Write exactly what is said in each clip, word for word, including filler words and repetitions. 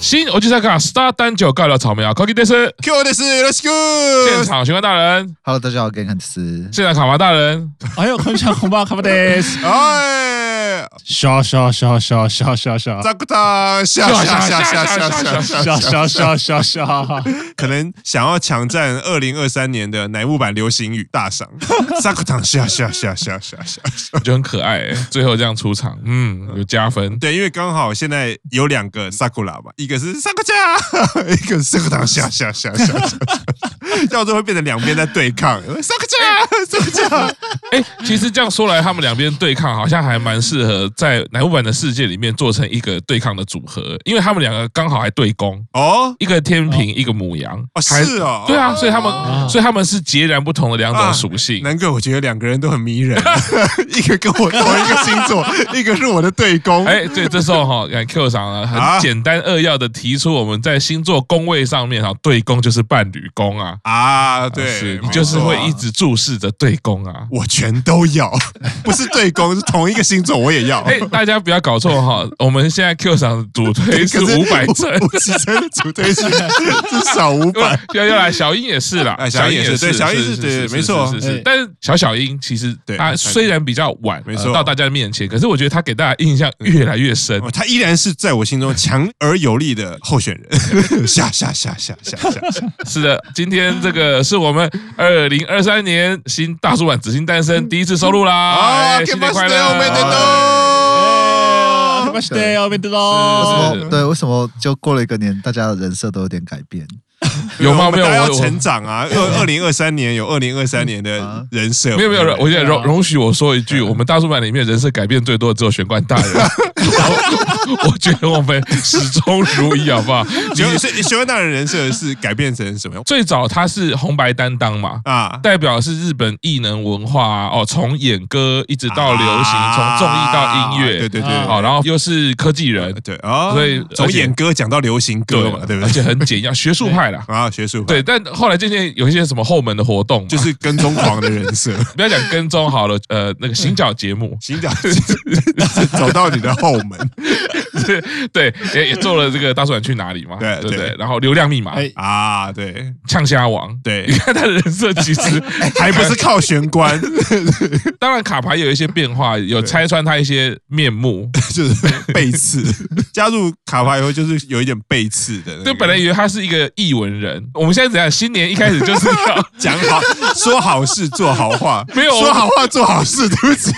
新我就在看 Star 单九盖了草莓啊 ，Koki です ，Q です，よろしく。 现场玄关大人 ，Hello， 大家好，Genkan です。 现场卡巴大人， 哎呦，こんにちは、こんばんは、カバです。 哎， 笑笑笑笑笑笑笑， ザクタ笑笑笑笑笑笑笑笑笑笑笑笑， 可能想要抢占二零二三年的乃木坂流行语大赏。ザクタ笑笑笑笑笑笑， 我觉得很可爱、欸，最后这样出场，嗯，有加分。 对，因为刚好现在有两个 Sakura 嘛，一个是 Sakura， 一个是 Sakura 笑笑笑笑笑，到最后会变成两边在对抗 ，Sakura Sakura。 哎、欸，其实这样说来，他们两边对抗好像还蛮适合在乃木坂的世界里面做成一个对抗的组合，因为他们两个刚好还对攻哦，一个天平，哦、一个牡羊， 哦是哦， 对啊，所以他们、哦、所以他们是截然不同的两种属性。 难怪我觉得两个人都很迷人，一个跟我同一个星座，一个是我的对攻。 哎、欸，对，这时候哈，看 Q 上啊，很简单扼要的提出我们在星座宫位上面哈，对宫就是伴侣宫啊啊，对， 是你就是会一直注视着对宫啊， 我全都要，不是对宫，是同一个星座我也要。 哎、欸，大家不要搞错哈，我们现在 Q 上主推是五百帧， 五十帧的主推是至少五百。 要要来，小樱也是啦， 哎，小樱也是，对，小樱是对，没错， 是是。但是小小樱其实他虽然比较晚，没错，到大家的面前，可是我觉得他给大家印象越来越深， 他依然是在我心中强而有力的候选人。下下下下下下下， 是的，今天这个是我们二零二三年新大出版《紫星诞生》第一次收录啦， 啊， 新年快乐！ おめでとう！ ましておめでとう！对，为什么就过了一个年，大家的人设都有点改变？ 有吗？没有， 我要成长啊！二二零二三年有二零二三年的人设， 没有没有，我觉得容容许我说一句，我们大出版里面人设改变最多的只有玄关大人。我觉得我们始终如一，好不好？ 玄玄关大人人设是改变成什么样？ 最早他是红白担当嘛，啊，代表是日本艺能文化啊，哦，从演歌一直到流行，从综艺到音乐， 对对对， 哦，然后又是科技人， 对啊， 所以从演歌讲到流行歌嘛，对不对？ 而且很简要，学术派啦， 啊，学术派。 对，但后来渐渐有一些什么后门的活动， 就是跟踪狂的人设。 不要讲跟踪好了，呃，那个行脚节目， 行脚走到你的后门。 对，也也做了这个大出版去哪里嘛， 对对对，然后流量密码啊，对， 呛虾王， 对， 你看他的人设其实还不是靠玄关， 当然卡牌有一些变化，有拆穿他一些面目， 就是背刺，加入卡牌以后就是有一点背刺的， 对，本来以为他是一个艺文人，我们现在怎样？新年一开始就是要讲好，说好事做好话， 没有说好话做好事，对不起。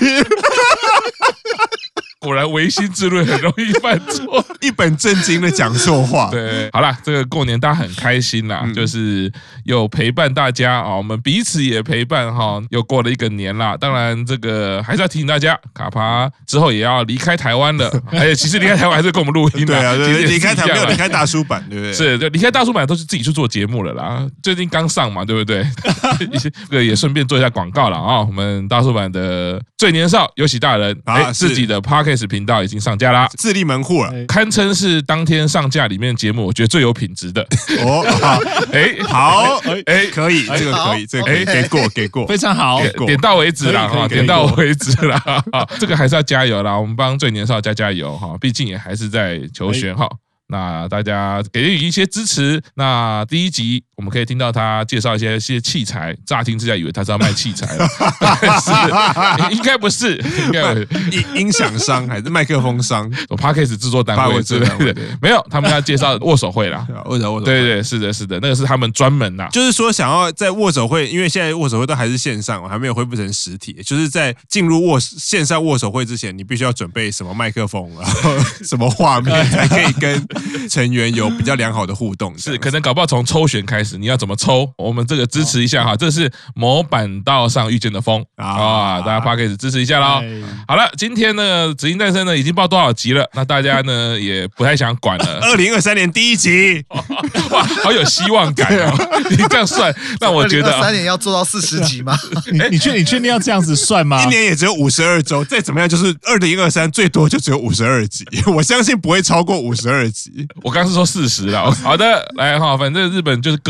果然唯心之论很容易犯错， 一本正经的讲错话。 对，好啦，这个过年大家很开心啦，嗯、就是有陪伴大家啊，我们彼此也陪伴哈，又过了一个年啦。当然，这个还是要提醒大家，卡帕之后也要离开台湾了。而且其实离开台湾还是跟我们录音的， 对啊， 其实离开台湾没有离开大叔版，对不对？ 是，就离开大叔版都是自己去做节目了啦。最近刚上嘛，对不对？这个也顺便做一下广告了啊，我们大叔版的最年少有喜大人，哎、啊，自己的 Podcast频道已经上架啦， 自立门户了， 堪称是当天上架里面节目我觉得最有品质的。 哦，好，哎，好，哎，可以，这个可以，这个哎， 给过，给过， 非常好， 点到为止啦，哈，点到为止啦，这个还是要加油啦，我们帮最年少加加油哈，毕竟也还是在求学哈。那大家给予一些支持。那第一集我们可以听到他介绍一些一些器材，乍听之下以为他是要卖器材了，是应该不是，应该音音响商还是麦克风商， 有 Podcast 制作单位之类的，没有，他们要介绍握手会啦， 握手会， 对对，是的，是的，那个是他们专门呐， 就是说想要在握手会，因为现在握手会都还是线上，还没有恢复成实体，就是在进入握线上握手会之前，你必须要准备什么麦克风啊，什么画面才可以跟成员有比较良好的互动， 是可能搞不好从抽选开始，你要怎么抽？我们这个支持一下哈，这是某板道上遇见的风啊，大家 Podcast 支持一下喽。好了，今天呢，紫星诞生呢已经报多少集了？那大家呢也不太想管了。 二零二三年第一集， 哇，好有希望感哦！你这样算，那我觉得三年要做到四十集吗？ 你你确你确定要这样子算吗？ 一年也只有五十二周，再怎么样就是二零二三最多就只有五十二集，我相信不会超过五十二集。 我刚是说四十了，好的，来哈，反正日本就是歌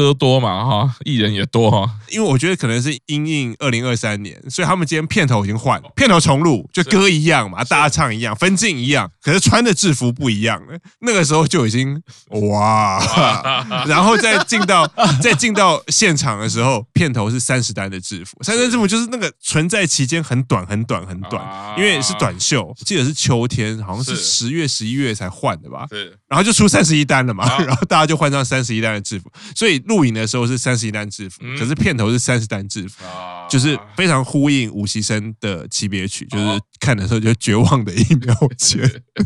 歌多嘛哈，艺人也多哈。 因为我觉得可能是因应二零二三年，所以他们今天片头已经换，片头重录，就歌一样嘛，大家唱一样，分镜一样，可是穿的制服不一样了。那个时候就已经哇，然后再进到再进到现场的时候，片头是三十单的制服，三十单制服就是那个存在期间很短很短很短，因为是短袖，记得是秋天，好像是十月十一月才换的吧，然后就出三十一单了嘛，然后大家就换上三十一单的制服，所以录影的时候是三十一单制服，可是片头是三十单制服，就是非常呼应伍习生的级别曲，就是看的时候就绝望的一秒间。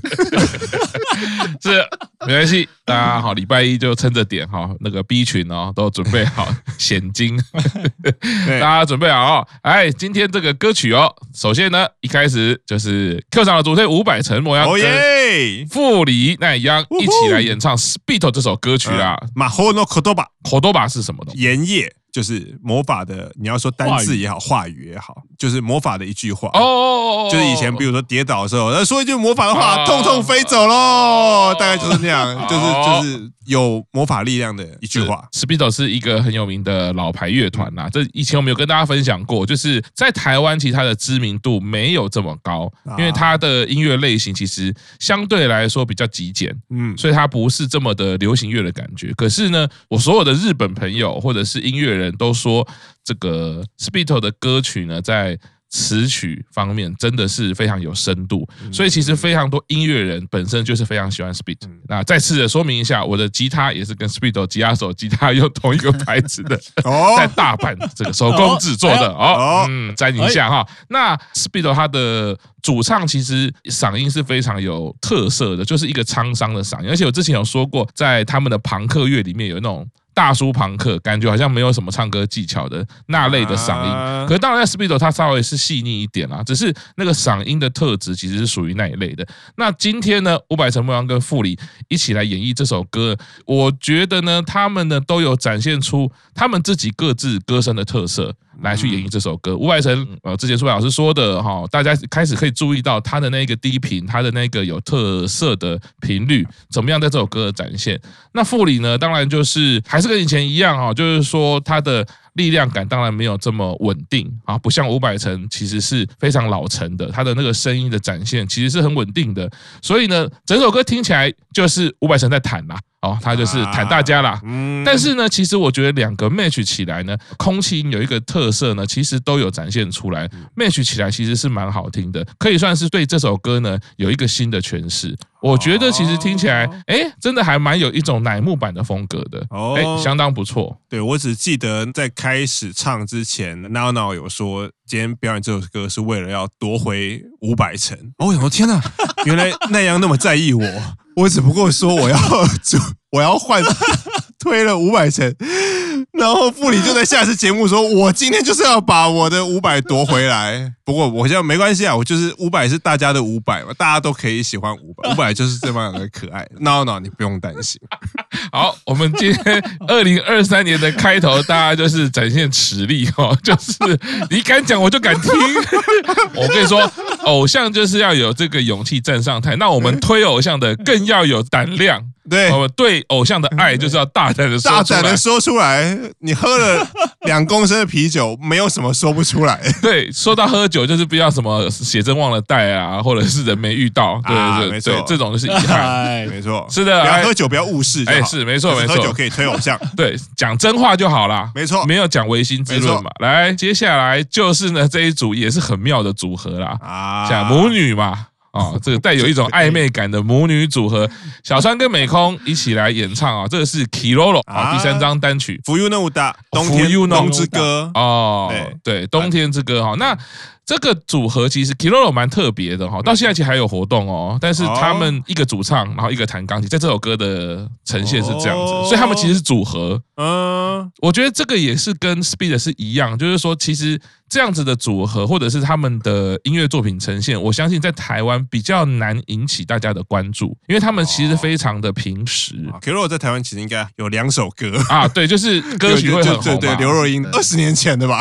是没关系，大家好，礼拜一就撑着点哈，那个 B 群哦都准备好现金，大家准备好哦。哎，今天这个歌曲哦，首先呢一开始就是 Q 场的主推伍佰陈模样跟傅里奈央一起来演唱《Speed》这首歌曲啦。 马后诺口多巴， 口多巴是什么东西？ 盐业。就是魔法的，你要说单字也好，话语也好，就是魔法的一句话。哦，就是以前比如说跌倒的时候，他说一句魔法的话，痛痛飞走喽，大概就是那样，就是就是有魔法力量的一句话。 Speedo 是一个很有名的老牌乐团啦，这以前我们有跟大家分享过，就是在台湾其实它的知名度没有这么高，因为它的音乐类型其实相对来说比较极简，嗯，所以它不是这么的流行乐的感觉。可是呢，我所有的日本朋友或者是音乐人都说，这个 Speedo 的歌曲呢，在词曲方面真的是非常有深度，所以其实非常多音乐人本身就是非常喜欢 Speed。那再次的说明一下，我的吉他也是跟 Speed 吉他手吉他用同一个牌子的，在大阪这个手工制作的哦，嗯，沾一下哈。那 Speed 它的主唱其实嗓音是非常有特色的，就是一个沧桑的嗓音，而且我之前有说过，在他们的朋克乐里面有那种大叔朋克，感觉好像没有什么唱歌技巧的那类的嗓音，啊、可是当然在 Speedo 它稍微是细腻一点啦，只是那个嗓音的特质其实是属于那一类的。那今天呢，伍佰陈模样跟傅里一起来演绎这首歌，我觉得呢，他们呢都有展现出他们自己各自歌声的特色。来去演绎这首歌，伍佰陈呃之前苏老师说的哈，大家开始可以注意到他的那个低频，他的那个有特色的频率，怎么样在这首歌的展现？那傅里呢，当然就是还是跟以前一样哈，就是说他的力量感当然没有这么稳定啊，不像伍佰陈其实是非常老成的，他的那个声音的展现其实是很稳定的，所以呢，整首歌听起来就是伍佰陈在弹啦。哦，他就是弹大家啦，啊嗯、但是呢，其实我觉得两个 match 起来呢，空气音有一个特色呢，其实都有展现出来 ，match 起来其实是蛮好听的，可以算是对这首歌呢有一个新的诠释。我觉得其实听起来，哎，真的还蛮有一种乃木坂的风格的，哎，相当不错。 对，我只记得在开始唱之前 ，Now Now 有说今天表演这首歌是为了要夺回伍佰陈。哦，我想说天哪，原来奈央那么在意我。我只不过说我要我要换推了伍佰陈，然后傅里就在下次节目说，我今天就是要把我的伍佰夺回来。不过我现在没关系啊，我就是伍佰是大家的伍佰嘛，大家都可以喜欢伍佰，伍佰就是这么样的可爱。no no， 你不用担心。 好，我们今天二零二三年的开头，大家就是展现实力哦，就是你敢讲我就敢听。我跟你说，偶像就是要有这个勇气站上台，那我们推偶像的更要有胆量。 对， 我们对偶像的爱就是要大胆的说出来， 大胆的说出来。你喝了两公升的啤酒，没有什么说不出来。 对，说到喝酒，就是不要什么写真忘了带啊，或者是人没遇到，对对对，对这种就是遗憾。 没错， 是的， 不要喝酒，不要误事。 哎，是没错没错， 喝酒可以推偶像， 对，讲真话就好啦。 没错， 没有讲违心之论嘛。来，接下来就是呢这一组也是很妙的组合啦，啊，像母女嘛。哦，这个带有一种暧昧感的母女组合，小川跟美空一起来演唱啊，这个是 Kiroro 啊，第三张单曲 《冬の歌》冬天冬之歌哦，对，冬天之歌哈，那。这个组合其实 Kiroro 蛮特别的哈，到现在其实还有活动哦，但是他们一个主唱，然后一个弹钢琴，在这首歌的呈现是这样子，所以他们其实是组合。嗯，我觉得这个也是跟 Speed 是一样，就是说其实这样子的组合或者是他们的音乐作品呈现，我相信在台湾比较难引起大家的关注，因为他们其实非常的平实。 Kiroro 在台湾其实应该有两首歌啊，对，就是歌曲会很红嘛， 对对，刘若英二十年前的吧， 对，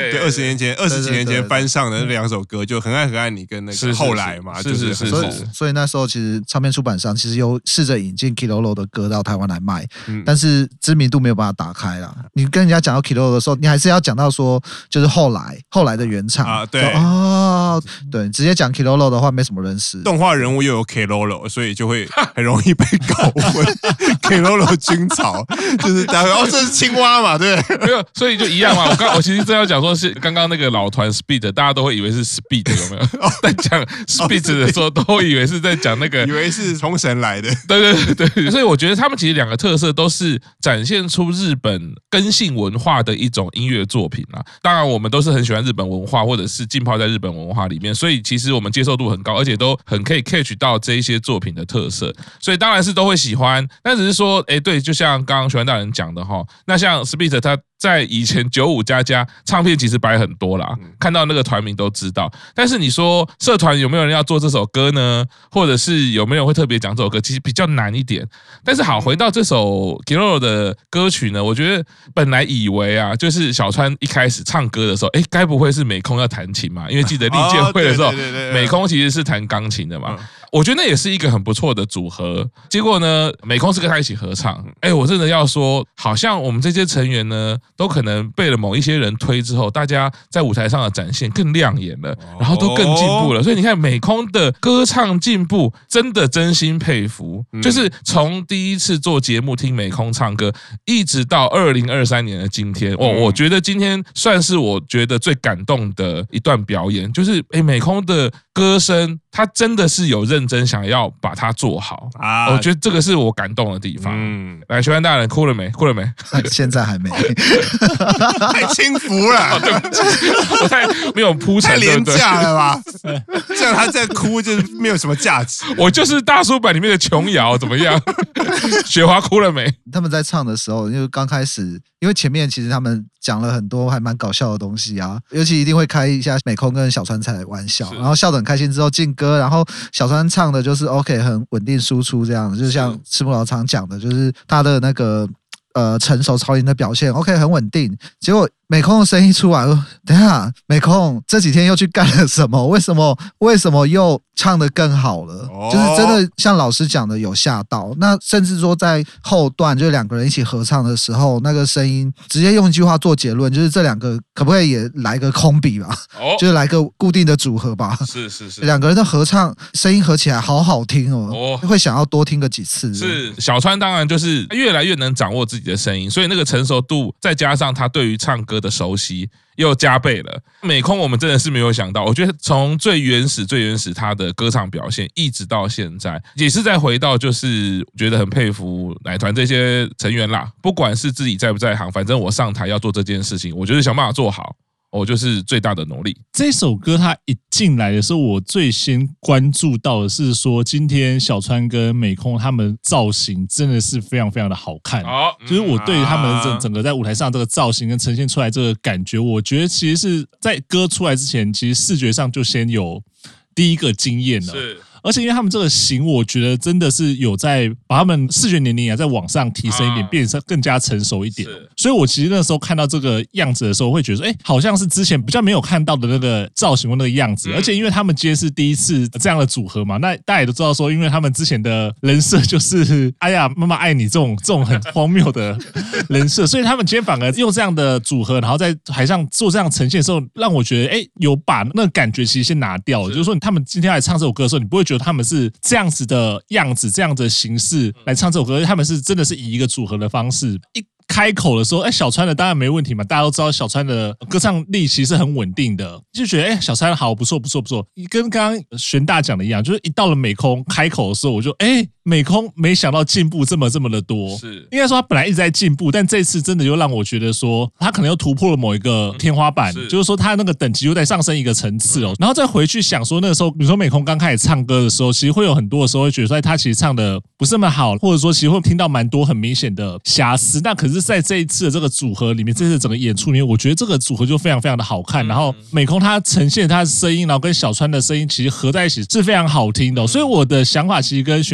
对，二十年前、二十几年前翻唱的那两首歌，就很爱很爱你跟那个后来嘛，就是是所以所以那时候其实唱片出版商其实有试着引进 Kilolo 的歌到台湾来卖，但是知名度没有办法打开啦。你跟人家讲到 Kilolo 的时候，你还是要讲到说就是后来后来的原唱啊，对哦，对，直接讲 Kilolo 的话没什么人识。 动画人物又有 Kilolo， 所以就会很容易被搞混。Kilolo 军曹就是大家哦，这是青蛙嘛，对不对？ 没有，所以就一样嘛。我刚我其实正要讲说是刚刚那个老团 Speed， 大家都会以为是 Speed 有没有？在讲 Speed 的时候，都会以为是在讲那个， 以为是冲绳来的。 对对对对，所以我觉得他们其实两个特色都是展现出日本根性文化的一种音乐作品啦。当然，我们都是很喜欢日本文化，或者是浸泡在日本文化里面，所以其实我们接受度很高，而且都很可以 catch 到这一些作品的特色，所以当然是都会喜欢。但只是说，哎，对，就像刚刚玄大人讲的哈，那像 Speed 他在以前九五加加唱片其实摆很多啦，看到那个团名都知道。但是你说社团有没有人要做这首歌呢？或者是有没有人会特别讲这首歌？其实比较难一点。但是好，回到这首 Kilolo 的歌曲呢，我觉得本来以为啊，就是小川一开始唱歌的时候，哎，该不会是美空要弹琴嘛？因为记得历届会的时候，美空其实是弹钢琴的嘛。我觉得那也是一个很不错的组合。结果呢，美空是跟他一起合唱。哎，我真的要说，好像我们这些成员呢，都可能被了某一些人推之后，大家在舞台上的展现更亮眼了，然后都更进步了。所以你看，美空的歌唱进步，真的真心佩服。就是从第一次做节目听美空唱歌，一直到二零二三年的今天，哦，我觉得今天算是我觉得最感动的一段表演。就是哎，美空的歌声，他真的是有认真想要把它做好啊！我觉得这个是我感动的地方。嗯，来，学员大人哭了没？哭了没？ 现在还没， 太轻浮了。 对不起，我太没有铺陈， 太廉价了吧？这样他在哭就是没有什么价值。 我就是大叔版里面的琼瑶，怎么样？雪华哭了没？ 他们在唱的时候，因为刚开始，因为前面其实他们讲了很多还蛮搞笑的东西啊，尤其一定会开一下美空跟小川菜的玩笑，然后笑得很开心之后进歌，然后小川唱的就是 OK 很稳定输出这样，就像赤木老常讲的，就是他的那个呃成熟超龄的表现 OK 很稳定，结果美空的声音出来，等一下，美空这几天又去干了什么？为什么为什么又唱得更好了？哦、就是真的像老师讲的有吓到。那甚至说在后段，就两个人一起合唱的时候，那个声音直接用一句话做结论，就是这两个可不可以也来个空比吧？哦、就是来个固定的组合吧？ 是是是， 两个人的合唱声音合起来好好听哦，哦会想要多听个几次。 是小川当然就是越来越能掌握自己的声音，所以那个成熟度再加上他对于唱歌的熟悉又加倍了。美空我们真的是没有想到，我觉得从最原始最原始他的歌唱表现一直到现在，也是再回到就是觉得很佩服奶团这些成员啦，不管是自己在不在行，反正我上台要做这件事情，我就是想办法做好，我就是最大的努力。 这首歌它一进来的时候，我最先关注到的是说，今天小川跟美空他们造型真的是非常非常的好看。哦、就是我对他们整整个在舞台上这个造型跟呈现出来这个感觉，我觉得其实是在歌出来之前，其实视觉上就先有第一个经验了。是。而且因为他们这个型，我觉得真的是有在把他们视觉年龄啊再往上提升一点，变成更加成熟一点。所以我其实那时候看到这个样子的时候，会觉得说，哎，好像是之前比较没有看到的那个造型或那个样子。而且因为他们今天是第一次这样的组合嘛，那大家也都知道说，因为他们之前的人设就是哎呀妈妈爱你这种这种很荒谬的人设，所以他们今天反而用这样的组合，然后在台上做这样呈现的时候，让我觉得哎有把那个感觉其实先拿掉了。就是说他们今天来唱这首歌的时候，你不会觉得他们是这样子的样子、这样的形式来唱这首歌，他们是真的是以一个组合的方式。一开口的时候，哎，小川的当然没问题嘛，大家都知道小川的歌唱力其实很稳定的，就觉得哎，小川好不错不错不错。跟刚刚玄大讲的一样，就是一到了美空开口的时候，我就哎，美空没想到进步这么这么的多。是应该说他本来一直在进步，但这次真的又让我觉得说他可能又突破了某一个天花板，是就是说他那个等级又在上升一个层次哦。然后再回去想说那个时候，比如说美空刚开始唱歌的时候，其实会有很多的时候会觉得说他其实唱的不是那么好，或者说其实会听到蛮多很明显的瑕疵。那可是在这一次的这个组合里面，这次整个演出里面，我觉得这个组合就非常非常的好看。然后美空他呈现他的声音，然后跟小川的声音其实合在一起是非常好听的、哦。所以我的想法其实跟玄大一样，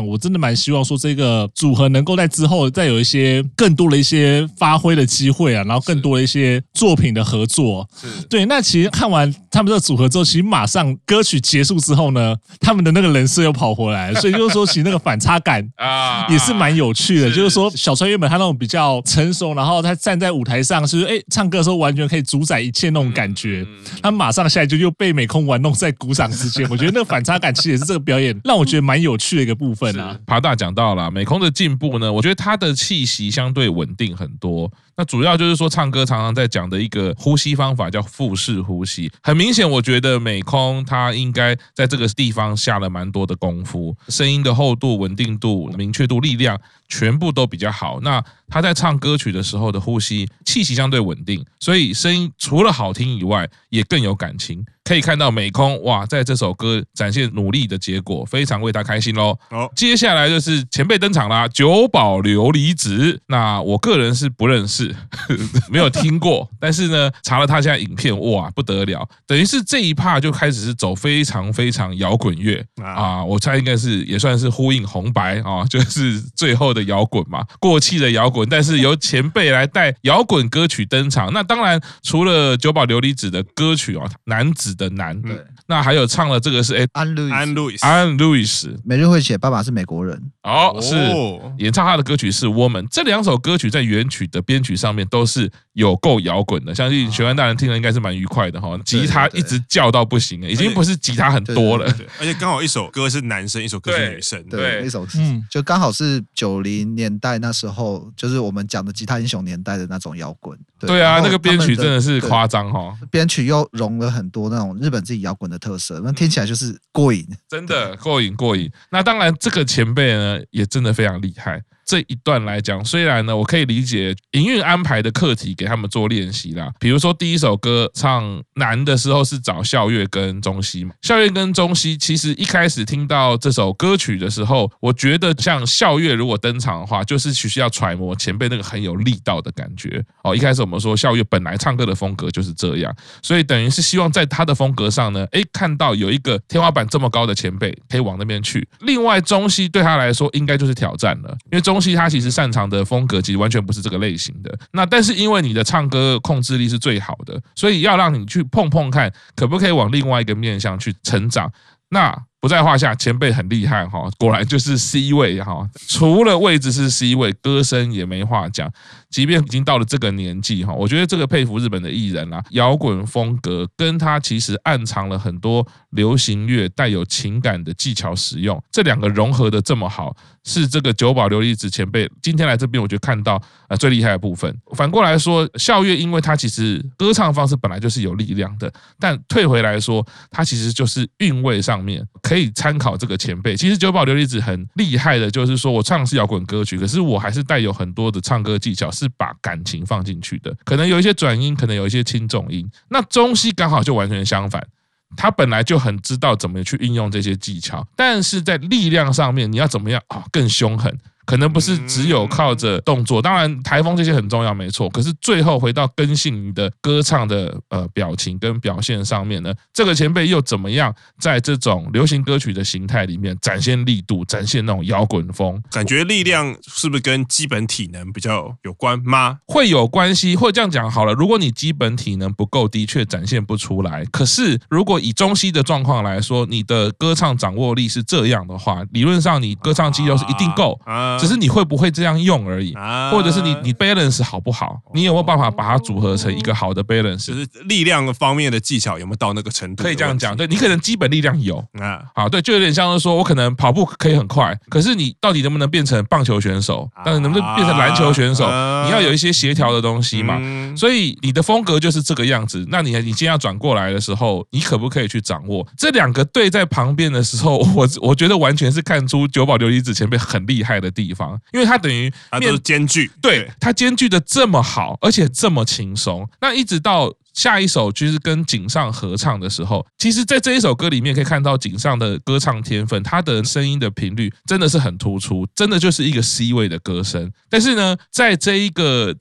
讲，我真的蛮希望说这个组合能够在之后再有一些更多的一些发挥的机会啊，然后更多的一些作品的合作。对，那其实看完他们这个组合之后，其实马上歌曲结束之后呢，他们的那个人设又跑回来了，所以就是说，其实那个反差感啊也是蛮有趣的。就是说，小川原本他那种比较成熟，然后他站在舞台上，就是哎唱歌的时候完全可以主宰一切那种感觉，他马上下来就又被美空玩弄在鼓掌之间。我觉得那个反差感其实也是这个表演让我觉得蛮有趣的一个部分啊。 爬大讲到了美空的进步呢，我觉得他的气息相对稳定很多。那主要就是说，唱歌常常在讲的一个呼吸方法叫腹式呼吸。很明显，我觉得美空他应该在这个地方下了蛮多的功夫，声音的厚度、稳定度、明确度、力量全部都比较好。那他在唱歌曲的时候的呼吸气息相对稳定，所以声音除了好听以外，也更有感情。可以看到美空哇，在这首歌展现努力的结果，非常为他开心喽。哦，接下来就是前辈登场啦，久保琉璃子。那我个人是不认识，没有听过，但是呢，查了他现在影片，哇，不得了，等于是这一趴就开始是走非常非常摇滚乐啊，我猜应该是也算是呼应红白啊，就是最后的摇滚嘛，过气的摇滚，但是由前辈来带摇滚歌曲登场。那当然，除了久保琉璃子的歌曲哦，男子的男，那还有唱了这个是哎， 安路易安路易斯， 安路易斯， 每日会写爸爸是美国人， 哦，是演唱他的歌曲是 Woman。这两首歌曲在原曲的编曲上面都是有够摇滚的，相信玄关大人听了应该是蛮愉快的哈。吉他一直叫到不行了，已经不是吉他很多了， 而且刚好一首歌是男生，一首歌是女生， 对，一首嗯，就刚好是九零年代那时候，就是我们讲的吉他英雄年代的那种摇滚。 对啊，那个编曲真的是夸张哈， 编曲又融了很多那种日本自己摇滚的特色，那听起来就是过瘾， 真的过瘾过瘾。那当然，这个前辈呢也真的非常厉害。这一段来讲，虽然呢，我可以理解营运安排的课题给他们做练习啦。比如说第一首歌唱男的时候是找孝月跟中西嘛，孝月跟中西其实一开始听到这首歌曲的时候，我觉得像孝月如果登场的话，就是需要揣摩前辈那个很有力道的感觉哦。一开始我们说孝月本来唱歌的风格就是这样，所以等于是希望在他的风格上呢，哎，看到有一个天花板这么高的前辈可以往那边去。另外中西对他来说应该就是挑战了，因为中中西他其实擅长的风格其实完全不是这个类型的，那但是因为你的唱歌控制力是最好的，所以要让你去碰碰看可不可以往另外一个面向去成长，那不在话下，前辈很厉害哈，果然就是 C 位哈，除了位置是 C 位，歌声也没话讲。即便已经到了这个年纪哈，我觉得这个佩服日本的艺人啦，摇滚风格跟他其实暗藏了很多流行乐带有情感的技巧使用，这两个融合的这么好，是这个久保琉璃子前辈今天来这边我觉得看到呃最厉害的部分。反过来说，孝月因为他其实歌唱方式本来就是有力量的，但退回来说，他其实就是韵味上面可以参考这个前辈。其实久保琉璃子很厉害的，就是说我唱的是摇滚歌曲，可是我还是带有很多的唱歌技巧，是把感情放进去的，可能有一些转音，可能有一些轻重音。那中西刚好就完全相反，他本来就很知道怎么去运用这些技巧，但是在力量上面你要怎么样啊、哦、更凶狠，可能不是只有靠着动作，当然台风这些很重要没错，可是最后回到根性你的歌唱的呃表情跟表现上面呢，这个前辈又怎么样在这种流行歌曲的形态里面展现力度，展现那种摇滚风？ 感觉力量是不是跟基本体能比较有关吗？ 会有关系，或者这样讲好了，如果你基本体能不够，的确展现不出来。可是如果以中西的状况来说，你的歌唱掌握力是这样的话，理论上你歌唱肌肉是一定够。啊只是你会不会这样用而已，或者是你你 balance 好不好，你有没有办法把它组合成一个好的 balance？ 就是力量方面的技巧有没有到那个程度？ 可以这样讲，对你可能基本力量有啊，好，对，就有点像是说我可能跑步可以很快，可是你到底能不能变成棒球选手，但是能不能变成篮球选手，你要有一些协调的东西嘛。所以你的风格就是这个样子，那你你今天要转过来的时候，你可不可以去掌握这两个对在旁边的时候，我我觉得完全是看出久保琉璃子前辈很厉害的地方。因为他等于他都是兼具， 对他兼具的这么好，而且这么轻松。那一直到下一首就是跟井上合唱的时候，其实在这一首歌里面可以看到井上的歌唱天分，他的声音的频率真的是很突出，真的就是一个 C 位的歌声。但是呢，在这一个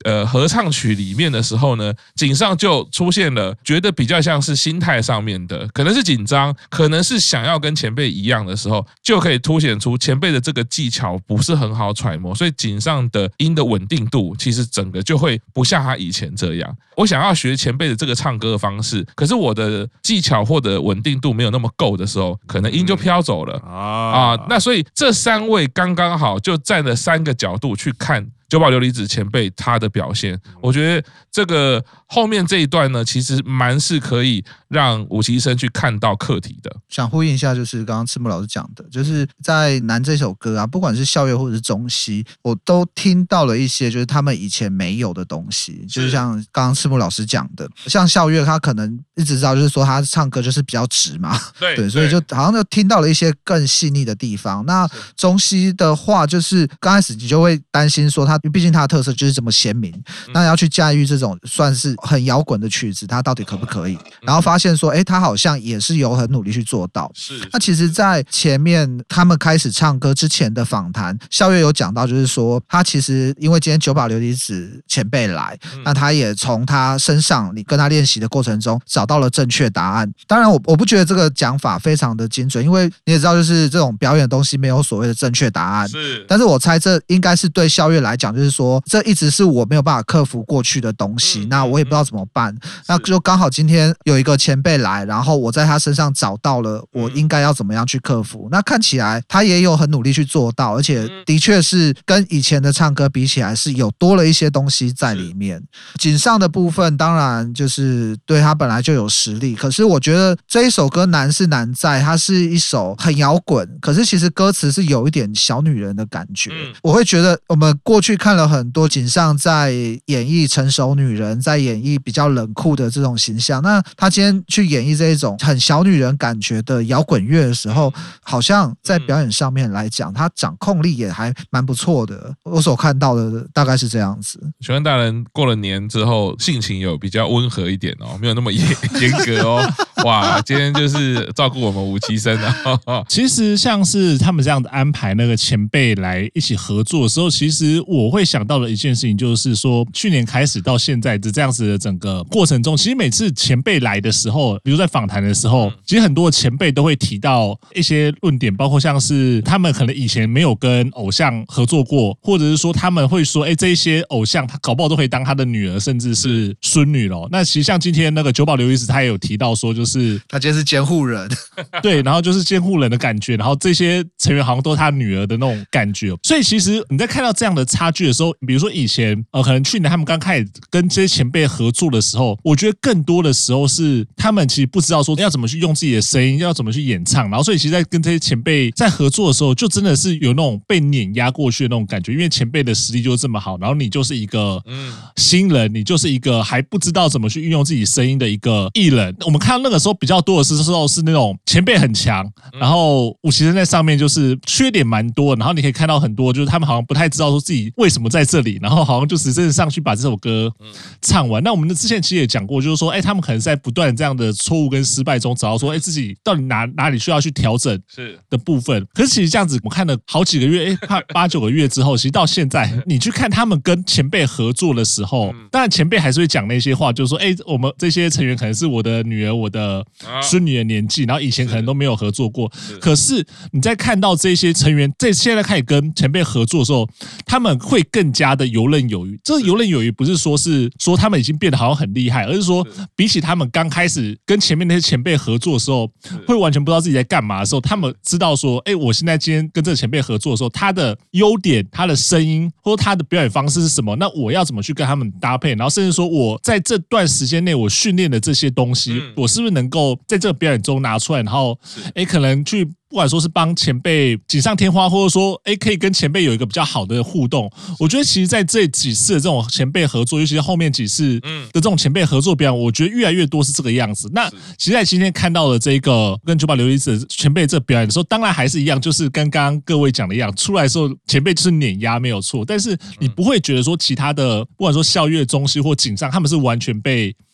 呃合唱曲里面的时候呢，井上就出现了觉得比较像是心态上面的，可能是紧张，可能是想要跟前辈一样的时候，就可以凸显出前辈的这个技巧不是很好揣摩，所以井上的音的稳定度其实整个就会不像他以前这样。我想要学前辈的这个唱歌的方式，可是我的技巧或者稳定度没有那么够的时候，可能音就飘走了啊。那所以这三位刚刚好就站了三个角度去看久保琉璃子前辈他的表现，我觉得这个后面这一段呢，其实蛮是可以让武崎生去看到课题的。 想呼应一下，就是刚刚赤木老师讲的，就是在南这首歌啊，不管是校乐或者是中西，我都听到了一些就是他们以前没有的东西，就是像刚刚赤木老师讲的，像校乐他可能一直知道，就是说他唱歌就是比较直嘛， 对对，所以就好像就听到了一些更细腻的地方。那中西的话，就是刚开始你就会担心说他。毕竟他的特色就是这么鲜明，那要去驾驭这种算是很摇滚的曲子，他到底可不可以？然后发现说，哎，他好像也是有很努力去做到。 是。 那其实，在前面他们开始唱歌之前的访谈，校乐有讲到，就是说他其实因为今天久保琉璃子前辈来，那他也从他身上，你跟他练习的过程中找到了正确答案。当然我，我我不觉得这个讲法非常的精准，因为你也知道，就是这种表演的东西没有所谓的正确答案。 是。但是我猜这应该是对校乐来讲。就是说，这一直是我没有办法克服过去的东西，嗯、那我也不知道怎么办。嗯、那就刚好今天有一个前辈来，然后我在他身上找到了我应该要怎么样去克服。嗯、那看起来他也有很努力去做到，而且的确是跟以前的唱歌比起来是有多了一些东西在里面。井上的部分当然就是对他本来就有实力，可是我觉得这一首歌难是难在它是一首很摇滚，可是其实歌词是有一点小女人的感觉。嗯、我会觉得我们过去看了很多井上在演绎成熟女人，在演绎比较冷酷的这种形象，那他今天去演绎这一种很小女人感觉的摇滚乐的时候，好像在表演上面来讲，他掌控力也还蛮不错的。我所看到的大概是这样子。 玄幻大人过了年之后，性情有比较温和一点哦，没有那么严严格哦。哇，今天就是照顾我们武崎生啊。 其实像是他们这样的安排那个前辈来一起合作的时候，其实我会想到的一件事情就是说，去年开始到现在的这样子的整个过程中，其实每次前辈来的时候，比如在访谈的时候，其实很多前辈都会提到一些论点，包括像是他们可能以前没有跟偶像合作过，或者是说他们会说，哎，这些偶像他搞不好都可以当他的女儿，甚至是孙女咯。那其实像今天那个久保琉璃子，他也有提到说，就是他今天是监护人， 对，然后就是监护人的感觉，然后这些成员好像都是他女儿的那种感觉。所以其实你在看到这样的差距的时候，比如说以前呃，可能去年他们刚开始跟这些前辈合作的时候，我觉得更多的时候是他们其实不知道说要怎么去用自己的声音，要怎么去演唱，然后所以其实在跟这些前辈在合作的时候，就真的是有那种被碾压过去的那种感觉，因为前辈的实力就是这么好，然后你就是一个新人，你就是一个还不知道怎么去运用自己声音的一个艺人。我们看到那个时候比较多的是时候是那种前辈很强，然后武崎生在上面就是缺点蛮多的，然后你可以看到很多就是他们好像不太知道说自己为什么在这里，然后好像就只是上去把这首歌唱完。那我们之前其实也讲过，就是说，哎，他们可能在不断这样的错误跟失败中找到说，哎，自己到底哪哪里需要去调整的部分。可是其实这样子，我看了好几个月，哎，八九个月之后，其实到现在，你去看他们跟前辈合作的时候，当然前辈还是会讲那些话，就是说，哎，我们这些成员可能是我的女儿、我的孙女的年纪，然后以前可能都没有合作过。可是你在看到这些成员在现在开始跟前辈合作的时候，他们会更加的游刃有余。这个游刃有余不是说是说他们已经变得好像很厉害，而是说比起他们刚开始跟前面那些前辈合作的时候，会完全不知道自己在干嘛的时候，他们知道说，哎，我现在今天跟这个前辈合作的时候，他的优点、他的声音或者他的表演方式是什么？那我要怎么去跟他们搭配？然后甚至说我在这段时间内我训练的这些东西，我是不是能够在这个表演中拿出来，然后哎，可能去。不管说是帮前辈锦上添花，或者说哎可以跟前辈有一个比较好的互动，我觉得其实在这几次的这种前辈合作，尤其是后面几次的这种前辈合作表演，我觉得越来越多是这个样子。那其实在今天看到的这个跟久保琉璃子前辈这表演的时候，当然还是一样，就是跟刚刚各位讲的一样，出来的时候前辈就是碾压没有错，但是你不会觉得说其他的不管说校乐中西或锦上他们是完全被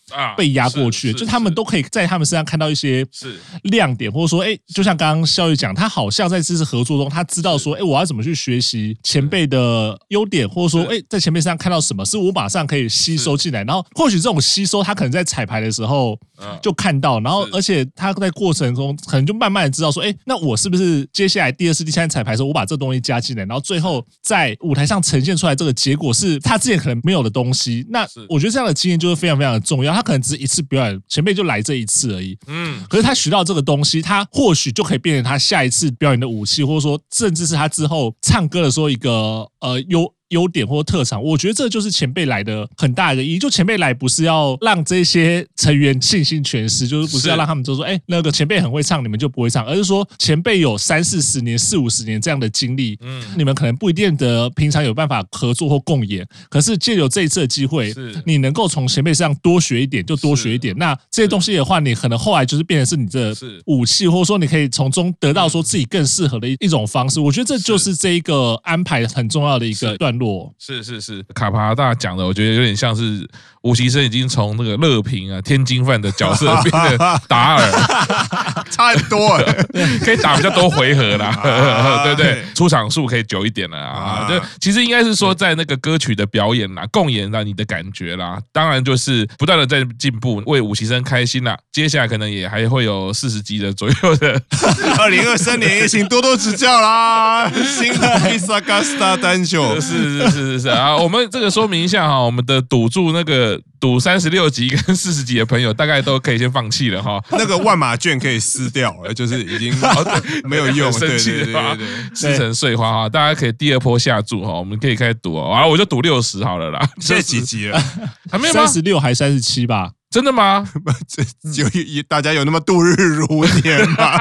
被压过去，就他们都可以在他们身上看到一些亮点，或者说，哎，就像刚刚孝玉讲，他好像在这次合作中，他知道说，哎，我要怎么去学习前辈的优点，或者说，哎，在前辈身上看到什么是我马上可以吸收进来，然后或许这种吸收，他可能在彩排的时候就看到，然后而且他在过程中可能就慢慢的知道说，哎，那我是不是接下来第二次、第三次彩排的时候，我把这东西加进来，然后最后在舞台上呈现出来这个结果是他之前可能没有的东西。那我觉得这样的经验就是非常非常的重要。他可能只是一次表演，前辈就来这一次而已。嗯，可是他学到这个东西，他或许就可以变成他下一次表演的武器，或者说甚至是他之后唱歌的时候一个呃优。优点或特长，我觉得这就是前辈来的很大的意义。就前辈来不是要让这些成员信心全失，就是不是要让他们就说，哎，那个前辈很会唱，你们就不会唱，而是说前辈有三四十年、四五十年这样的经历，嗯，你们可能不一定的平常有办法合作或共演，可是借由这一次的机会，你能够从前辈身上多学一点，就多学一点。那这些东西的话，你可能后来就是变成是你的武器，或者说你可以从中得到说自己更适合的一种方式。我觉得这就是这一个安排很重要的一个段落。 是是是，卡帕大讲的，我觉得有点像是吴习生已经从那个乐平啊天津饭的角色变成达尔， 差很多了， 可以打比较多回合啦，对不对？出场数可以久一点了啊。就其实应该是说，在那个歌曲的表演啦、共演啦、你的感觉啦，当然就是不断的在进步，为吴习生开心啦。接下来可能也还会有四十集的左右的， 二零二三年也请多多指教啦。新的披萨嘎斯达单秀是。是是是是啊，我们这个说明一下哈，我们的赌注那个赌三十六集跟四十集的朋友，大概都可以先放弃了哈。 那个万马券可以撕掉了，就是已经没有用， 生气了，撕成碎花哈。大家可以第二波下注哈，我们可以开始赌哦。啊，我就赌六十好了啦。 现在几集了？ 还没有吗？ 三十六还三十七吧？ 真的吗？ 有大家有那么度日如年吗？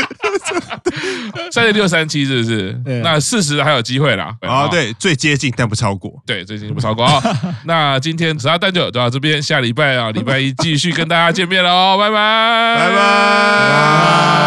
三十六三七是不是？那四十还有机会啦。 啊，对，最接近但不超过。 对，最接近不超过啊。那今天十二单就到这边，下礼拜啊，礼拜一继续跟大家见面喽，拜拜， 拜拜。